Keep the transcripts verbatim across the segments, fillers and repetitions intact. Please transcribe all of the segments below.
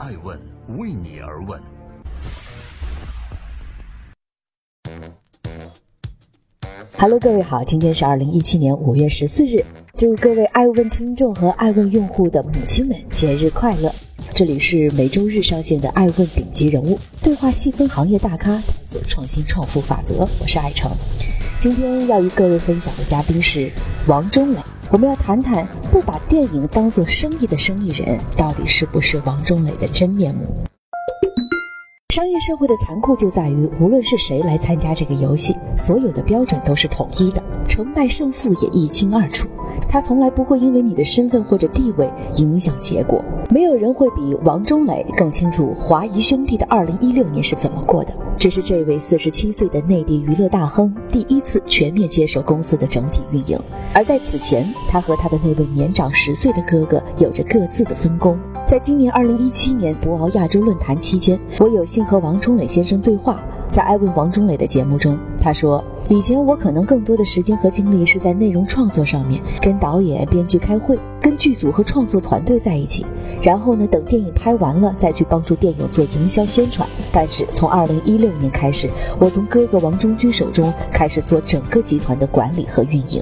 爱问为你而问。 Hello， 各位好，今天是二零一七年五月十四日，祝各位爱问听众和爱问用户的母亲们节日快乐。这里是每周日上线的爱问顶级人物，对话细分行业大咖，探索创新创富法则。我是爱成，今天要与各位分享的嘉宾是王中磊。我们要谈谈不把电影当作生意的生意人，到底是不是王中磊的真面目？商业社会的残酷就在于，无论是谁来参加这个游戏，所有的标准都是统一的，成败胜负也一清二楚。他从来不会因为你的身份或者地位影响结果。没有人会比王中磊更清楚华谊兄弟的二零一六年是怎么过的。这是这位四十七岁的内地娱乐大亨第一次全面接手公司的整体运营，而在此前，他和他的那位年长十岁的哥哥有着各自的分工。在今年二零一七年博鳌亚洲论坛期间，我有幸和王中磊先生对话。在爱问王中磊的节目中，他说，以前我可能更多的时间和精力是在内容创作上面，跟导演编剧开会，跟剧组和创作团队在一起，然后呢，等电影拍完了再去帮助电影做营销宣传。但是从二零一六年开始，我从哥哥王中军手中开始做整个集团的管理和运营。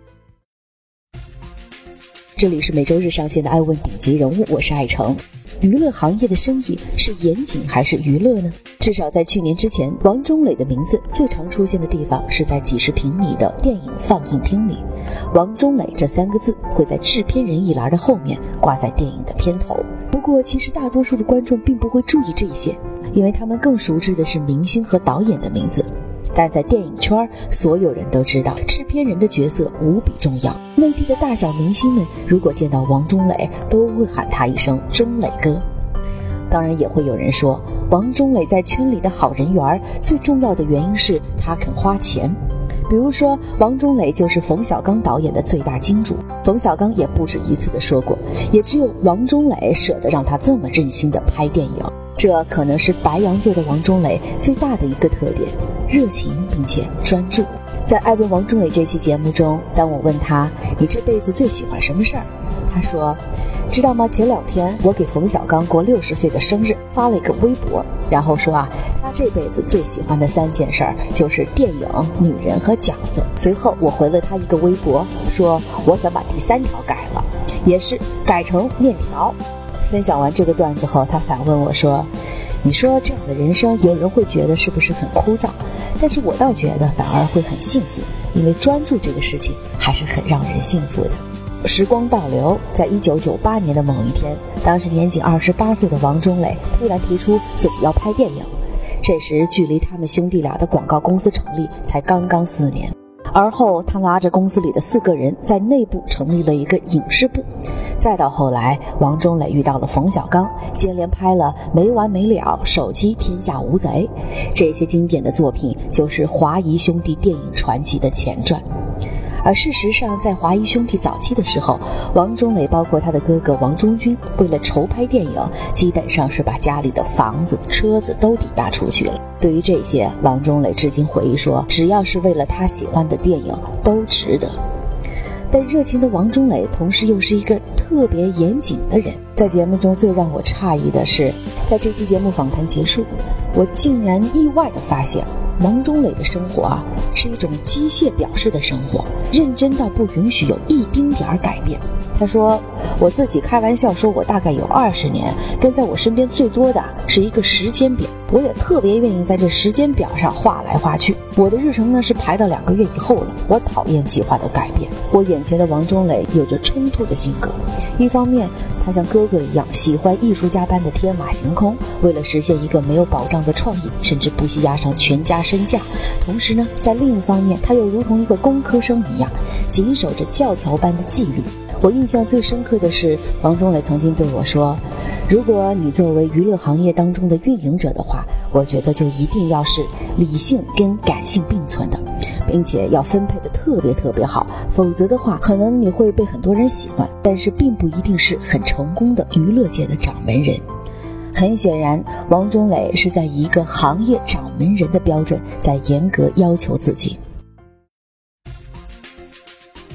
这里是每周日上线的爱问顶级人物，我是爱成。娱乐行业的生意是严谨还是娱乐呢？至少在去年之前，王中磊的名字最常出现的地方是在几十平米的电影放映厅里。王中磊这三个字会在制片人一栏的后面挂在电影的片头。不过其实大多数的观众并不会注意这些，因为他们更熟知的是明星和导演的名字。但在电影圈，所有人都知道制片人的角色无比重要。内地的大小明星们如果见到王中磊，都会喊他一声中磊哥。当然也会有人说，王中磊在圈里的好人缘最重要的原因是他肯花钱。比如说，王中磊就是冯小刚导演的最大金主，冯小刚也不止一次地说过，也只有王中磊舍得让他这么任性地拍电影。这可能是白羊座的王中磊最大的一个特点，热情并且专注。在爱问王中磊这期节目中，当我问他，你这辈子最喜欢什么事儿？他说，知道吗，前两天我给冯小刚过六十岁的生日发了一个微博，然后说啊，他这辈子最喜欢的三件事儿就是电影、女人和饺子。随后我回了他一个微博，说我想把第三条改了，也是改成面条。分享完这个段子后，他反问我说，你说这样的人生有人会觉得是不是很枯燥？但是我倒觉得反而会很幸福，因为专注这个事情还是很让人幸福的。时光倒流，在一九九八年的某一天，当时年仅二十八岁的王中磊突然提出自己要拍电影。这时距离他们兄弟俩的广告公司成立才刚刚四年。而后他拉着公司里的四个人在内部成立了一个影视部。再到后来，王中磊遇到了冯小刚，接连拍了没完没了、手机、天下无贼，这些经典的作品就是华谊兄弟电影传奇的前传。而事实上，在华谊兄弟早期的时候，王中磊包括他的哥哥王中军，为了筹拍电影，基本上是把家里的房子、车子都抵押出去了。对于这些，王中磊至今回忆说，只要是为了他喜欢的电影，都值得。但热情的王中磊同时又是一个特别严谨的人。在节目中最让我诧异的是，在这期节目访谈结束，我竟然意外地发现，王中磊的生活啊，是一种机械表示的生活，认真到不允许有一丁点儿改变。他说，我自己开玩笑说，我大概有二十年，跟在我身边最多的是一个时间表，我也特别愿意在这时间表上画来画去。我的日程呢是排到两个月以后了，我讨厌计划的改变。我眼前的王中磊有着冲突的性格，一方面他像哥哥一样喜欢艺术家般的天马行空，为了实现一个没有保障的创意，甚至不惜押上全家身价。同时呢，在另一方面，他又如同一个工科生一样，谨守着教条般的纪律。我印象最深刻的是，王中磊曾经对我说，如果你作为娱乐行业当中的运营者的话，我觉得就一定要是理性跟感性并存的，并且要分配的特别特别好，否则的话可能你会被很多人喜欢，但是并不一定是很成功的娱乐界的掌门人。很显然，王中磊是在一个行业掌门人的标准在严格要求自己。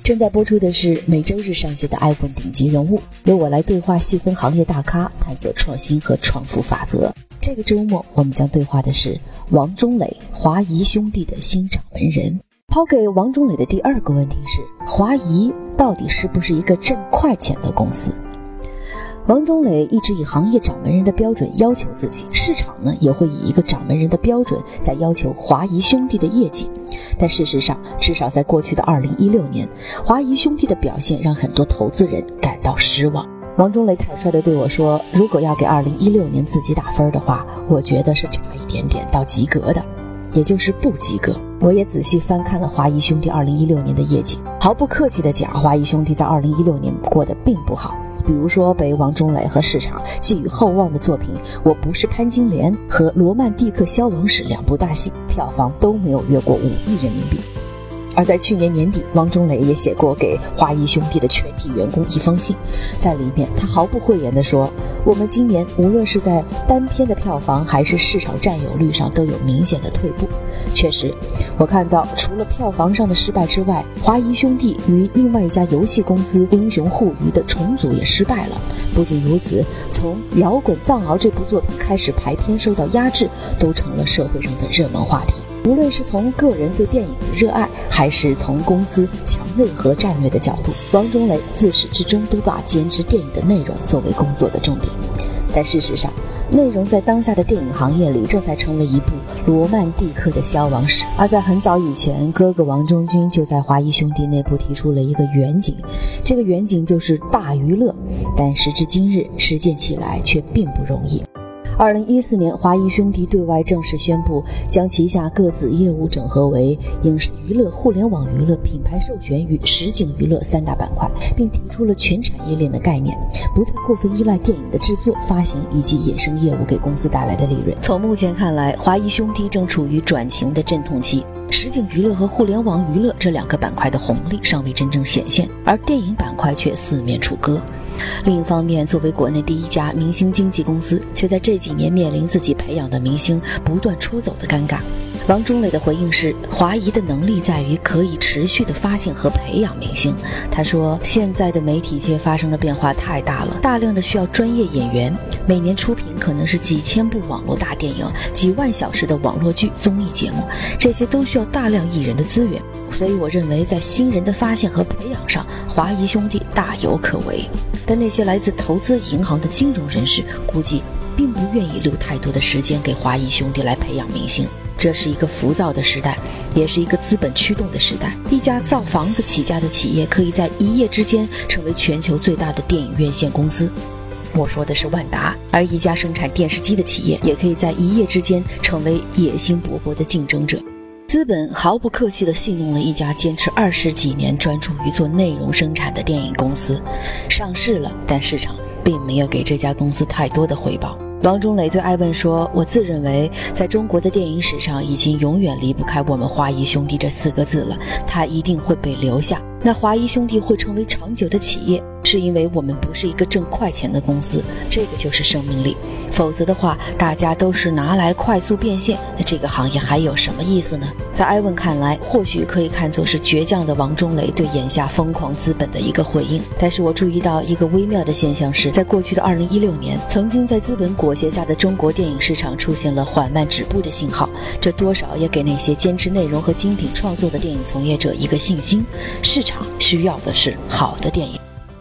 正在播出的是每周日上线的《爱问顶级人物》，由我来对话细分行业大咖，探索创新和创富法则。这个周末我们将对话的是王中磊，华谊兄弟的新掌门人。抛给王中磊的第二个问题是，华谊到底是不是一个挣快钱的公司？王中磊一直以行业掌门人的标准要求自己，市场呢也会以一个掌门人的标准在要求华谊兄弟的业绩。但事实上，至少在过去的二零一六年，华谊兄弟的表现让很多投资人感到失望。王中磊坦率地对我说，如果要给二零一六年自己打分的话，我觉得是差一点点到及格的，也就是不及格。我也仔细翻看了华谊兄弟二零一六年的业绩，毫不客气地讲，华谊兄弟在二零一六年过得并不好。比如说被王中磊和市场寄予厚望的作品《我不是潘金莲》和《罗曼蒂克消亡史》两部大戏，票房都没有越过五亿人民币。而在去年年底，王中磊也写过给华谊兄弟的全体员工一封信，在里面他毫不讳言地说，我们今年无论是在单片的票房还是市场占有率上都有明显的退步。确实，我看到除了票房上的失败之外，华谊兄弟与另外一家游戏公司英雄互娱的重组也失败了。不仅如此，从《摇滚藏獒》这部作品开始排片受到压制，都成了社会上的热门话题。无论是从个人对电影的热爱，还是从公司强内核战略的角度，王中磊自始至终都把坚持电影的内容作为工作的重点。但事实上，内容在当下的电影行业里正在成为一部罗曼蒂克的消亡史。而在很早以前，哥哥王中军就在华谊兄弟内部提出了一个远景，这个远景就是大娱乐，但时至今日实践起来却并不容易。二零一四年，华谊兄弟对外正式宣布将旗下各子业务整合为影视娱乐、互联网娱乐、品牌授权与实景娱乐三大板块，并提出了全产业链的概念，不再过分依赖电影的制作、发行以及衍生业务给公司带来的利润。从目前看来，华谊兄弟正处于转型的阵痛期，实景娱乐和互联网娱乐这两个板块的红利尚未真正显现，而电影板块却四面楚歌。另一方面，作为国内第一家明星经纪公司，却在这几年面临自己培养的明星不断出走的尴尬。王中磊的回应是，华谊的能力在于可以持续的发现和培养明星。他说，现在的媒体界发生的变化太大了，大量的需要专业演员，每年出品可能是几千部网络大电影、几万小时的网络剧、综艺节目，这些都需要大量艺人的资源。所以我认为在新人的发现和培养上，华谊兄弟大有可为。但那些来自投资银行的金融人士估计并不愿意留太多的时间给华谊兄弟来培养明星。这是一个浮躁的时代，也是一个资本驱动的时代。一家造房子起家的企业可以在一夜之间成为全球最大的电影院线公司，我说的是万达。而一家生产电视机的企业也可以在一夜之间成为野心勃勃的竞争者。资本毫不客气地戏弄了一家坚持二十几年专注于做内容生产的电影公司，上市了，但市场并没有给这家公司太多的回报。王中磊对艾问说，我自认为在中国的电影史上已经永远离不开我们华谊兄弟这四个字了，他一定会被留下。那华谊兄弟会成为长久的企业，是因为我们不是一个挣快钱的公司，这个就是生命力。否则的话，大家都是拿来快速变现，那这个行业还有什么意思呢？在艾问看来，或许可以看作是倔强的王中磊对眼下疯狂资本的一个回应。但是我注意到一个微妙的现象是，在过去的二零一六年，曾经在资本裹挟下的中国电影市场出现了缓慢止步的信号，这多少也给那些坚持内容和精品创作的电影从业者一个信心，市场需要的是好的电影。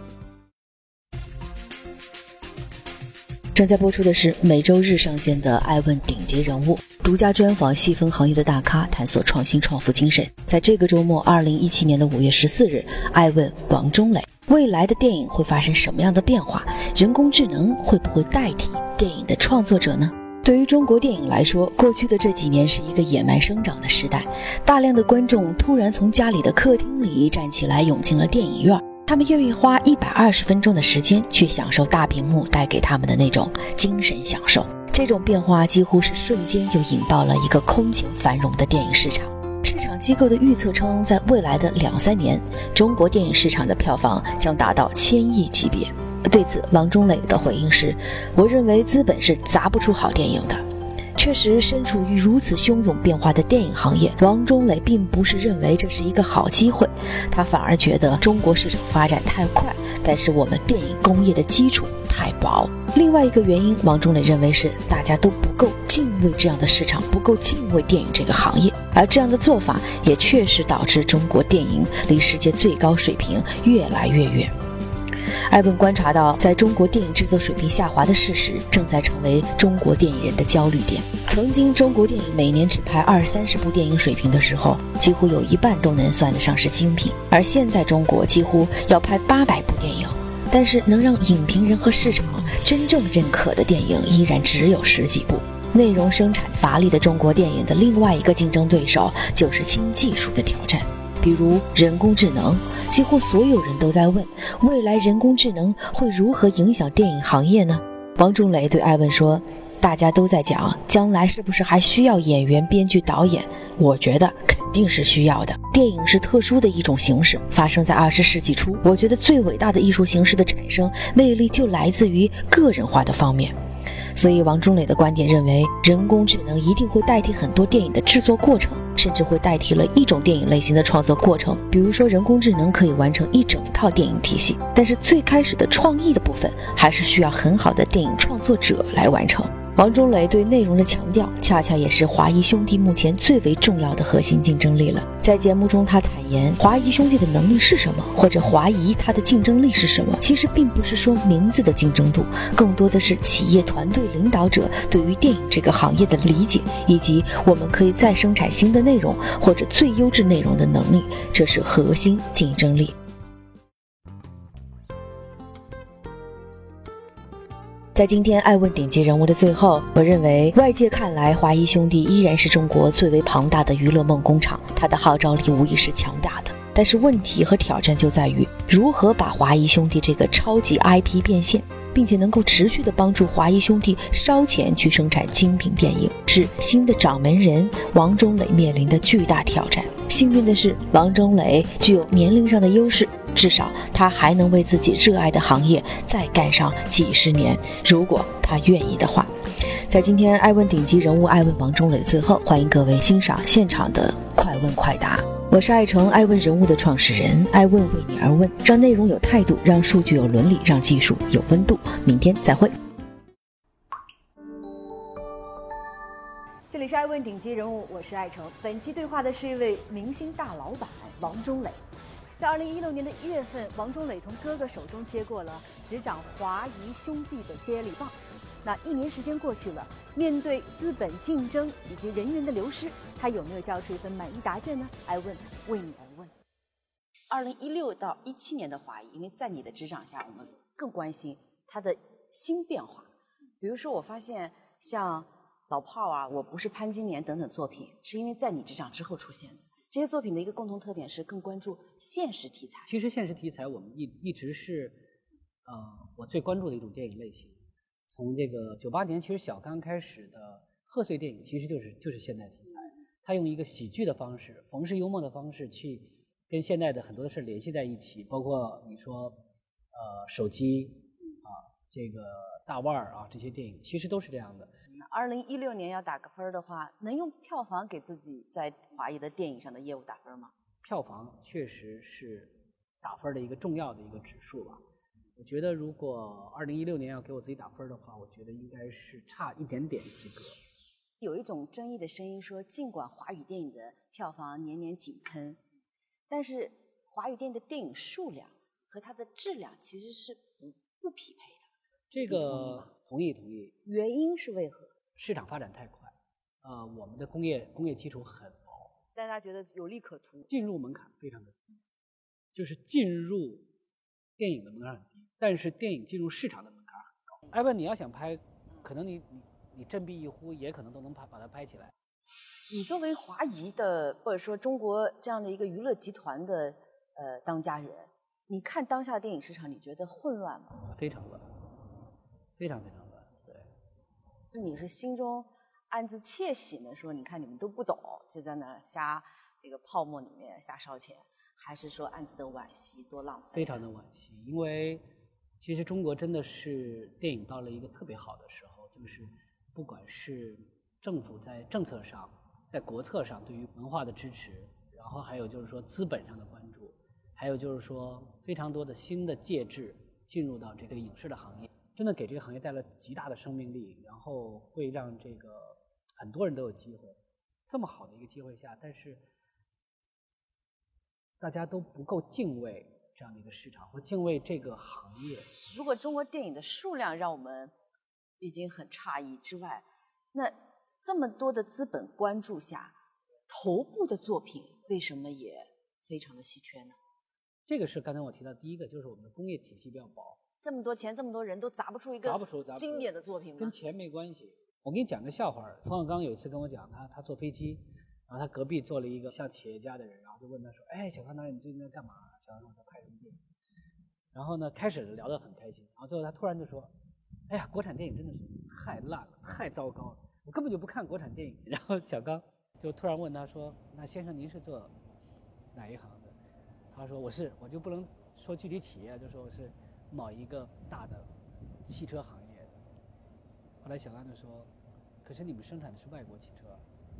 正在播出的是每周日上线的艾问顶级人物，独家专访细分行业的大咖，探索创新创富精神。在这个周末，二零一七年的五月十四日，艾问王中磊，未来的电影会发生什么样的变化？人工智能会不会代替电影的创作者呢？对于中国电影来说，过去的这几年是一个野蛮生长的时代，大量的观众突然从家里的客厅里站起来，涌进了电影院。他们愿意花一百二十分钟的时间去享受大屏幕带给他们的那种精神享受。这种变化几乎是瞬间就引爆了一个空前繁荣的电影市场。市场机构的预测称，在未来的两三年，中国电影市场的票房将达到千亿级别。对此，王中磊的回应是：我认为资本是砸不出好电影的。 确实，身处于如此汹涌变化的电影行业，王中磊并不是认为这是一个好机会，他反而觉得中国市场发展太快，但是我们电影工业的基础太薄。另外一个原因，王中磊认为是大家都不够敬畏这样的市场，不够敬畏电影这个行业，而这样的做法也确实导致中国电影离世界最高水平越来越远。艾文观察到，在中国电影制作水平下滑的事实正在成为中国电影人的焦虑点。曾经中国电影每年只拍二三十部电影水平的时候，几乎有一半都能算得上是精品，而现在中国几乎要拍八百部电影，但是能让影评人和市场真正认可的电影依然只有十几部。内容生产乏力的中国电影的另外一个竞争对手就是新技术的挑战，比如人工智能。几乎所有人都在问，未来人工智能会如何影响电影行业呢？王中磊对艾文说，大家都在讲将来是不是还需要演员、编剧、导演，我觉得肯定是需要的。电影是特殊的一种形式，发生在二十世纪初，我觉得最伟大的艺术形式的产生魅力就来自于个人化的方面。所以王中磊的观点认为，人工智能一定会代替很多电影的制作过程，甚至会代替了一种电影类型的创作过程。比如说，人工智能可以完成一整套电影体系，但是最开始的创意的部分还是需要很好的电影创作者来完成。王中磊对内容的强调，恰恰也是华谊兄弟目前最为重要的核心竞争力了。在节目中，他坦言，华谊兄弟的能力是什么，或者华谊它的竞争力是什么，其实并不是说名字的竞争度，更多的是企业团队领导者对于电影这个行业的理解，以及我们可以再生产新的内容或者最优质内容的能力，这是核心竞争力。在今天爱问顶级人物的最后，我认为外界看来华谊兄弟依然是中国最为庞大的娱乐梦工厂，它的号召力无疑是强大的。但是问题和挑战就在于如何把华谊兄弟这个超级 I P 变现，并且能够持续的帮助华谊兄弟烧钱去生产精品电影，是新的掌门人王中磊面临的巨大挑战。幸运的是，王中磊具有年龄上的优势，至少他还能为自己热爱的行业再干上几十年，如果他愿意的话。在今天爱问顶级人物爱问王中磊的最后，欢迎各位欣赏现场的快问快答。我是爱成爱问人物的创始人，爱问为你而问，让内容有态度，让数据有伦理，让技术有温度。明天再会。 这里是爱问顶级人物，我是爱成。本期对话的是一位明星大老板王中磊。在二零一六年的一月份，王中磊从哥哥手中接过了执掌华谊兄弟的接力棒。那一年时间过去了，面对资本竞争以及人员的流失，他有没有交出一份满意答卷呢？爱问为你而问。二零一六到一七年的华谊，因为在你的执掌下，我们更关心它的新变化。比如说，我发现像老炮啊，我不是潘金莲等等作品，是因为在你执掌之后出现的。这些作品的一个共同特点是更关注现实题材。 其实现实题材我们一一直是，呃，我最关注的一种电影类型。从这个九八年，其实小刚开始的贺岁电影其实就是就是现代题材，他用一个喜剧的方式、冯氏幽默的方式去跟现代的很多的事联系在一起，包括你说，呃，手机啊，这个大腕儿啊，这些电影其实都是这样的。 二零一六年要打个分的话，能用票房给自己在华谊的电影上的业务打分吗？ 票房确实是打分的一个重要的一个指数吧。我觉得如果二零一六年要给我自己打分的话，我觉得应该是差一点点及格。 有一种争议的声音说，尽管华语电影的票房年年井喷，但是华语电影的电影数量和它的质量其实是不不匹配的。 这个同意同意。 原因是为何？ 市场发展太快，呃，我们的工业工业基础很薄， 大家觉得有利可图， 进入门槛非常的低，就是进入电影的门槛很低，但是电影进入市场的门槛很高。艾文，你要想拍，可能你你你振臂一呼，也可能都能把把它拍起来。 你作为华谊的或者说中国这样的一个娱乐集团的呃当家人，你看当下的电影市场，你觉得混乱吗？ 非常乱，非常非常乱。对， 你是心中暗自窃喜呢？说你看你们都不懂，就在那瞎这个泡沫里面瞎烧钱，还是说暗自的惋惜，多浪费？ 非常的惋惜，因为其实中国真的是电影到了一个特别好的时候，就是不管是政府在政策上、在国策上对于文化的支持，然后还有就是说资本上的关注，还有就是说非常多的新的介质进入到这个影视的行业，真的给这个行业带来极大的生命力，然后会让这个很多人都有机会。这么好的一个机会下，但是大家都不够敬畏这样的一个市场，或敬畏这个行业。 如果中国电影的数量让我们已经很诧异之外，那这么多的资本关注下，头部的作品为什么也非常的稀缺呢？ 这个是刚才我提到第一个，就是我们的工业体系比较薄， 这么多钱，这么多人都砸不出一个砸不出砸不出经典的作品吗？ 跟钱没关系。我给你讲个笑话，冯小刚有一次跟我讲，他他坐飞机，然后他隔壁坐了一个像企业家的人，然后就问他说：“哎，小刚导演，你最近在干嘛？”小刚说：“在拍什么电影。”然后呢，开始聊得很开心，然后最后他突然就说：“哎呀，国产电影真的是太烂了，太糟糕了，我根本就不看国产电影。”然后小刚就突然问他说：“那先生您是做哪一行的？”他说：“我是，我就不能说具体企业，就说我是某一个大的汽车行业。”后来小刚就说：“可是你们生产的是外国汽车，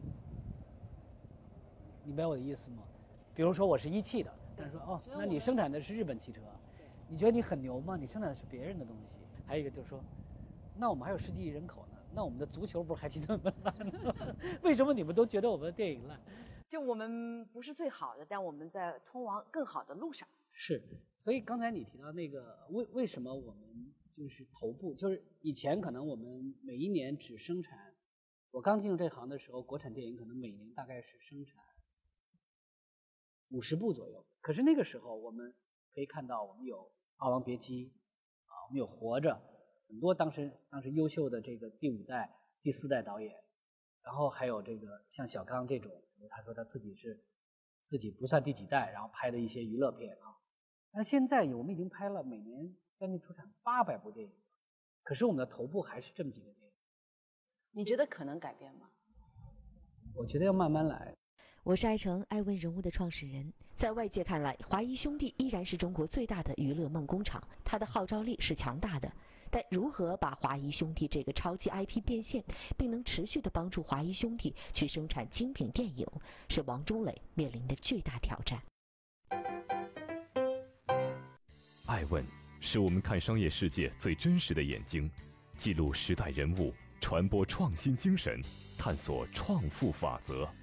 你明白我的意思吗？比如说我是一汽的，但是说哦，那你生产的是日本汽车，你觉得你很牛吗？你生产的是别人的东西。还有一个就是说，那我们还有十几亿人口呢，那我们的足球不是还挺那么烂呢？为什么你们都觉得我们的电影烂？ 就我们不是最好的，但我们在通往更好的路上。” 是，所以刚才你提到那个为为什么我们就是头部，就是以前可能我们每一年只生产，我刚进入这行的时候，国产电影可能每年大概是生产五十部左右。可是那个时候我们可以看到，我们有《霸王别姬》啊，我们有《活着》，很多当时当时优秀的这个第五代、第四代导演，然后还有这个像小刚这种，他说他自己是自己不算第几代，然后拍的一些娱乐片啊。但是现在我们已经拍了每年将近出产八百部电影，可是我们的头部还是这么几个电影。 你觉得可能改变吗？ 我觉得要慢慢来。 我是爱成，爱问人物的创始人。在外界看来，华谊兄弟依然是中国最大的娱乐梦工厂，它的号召力是强大的。但如何把华谊兄弟这个超级 I P 变现，并能持续地帮助华谊兄弟去生产精品电影，是王中磊面临的巨大挑战。 爱问是我们看商业世界最真实的眼睛，记录时代人物，传播创新精神，探索创富法则。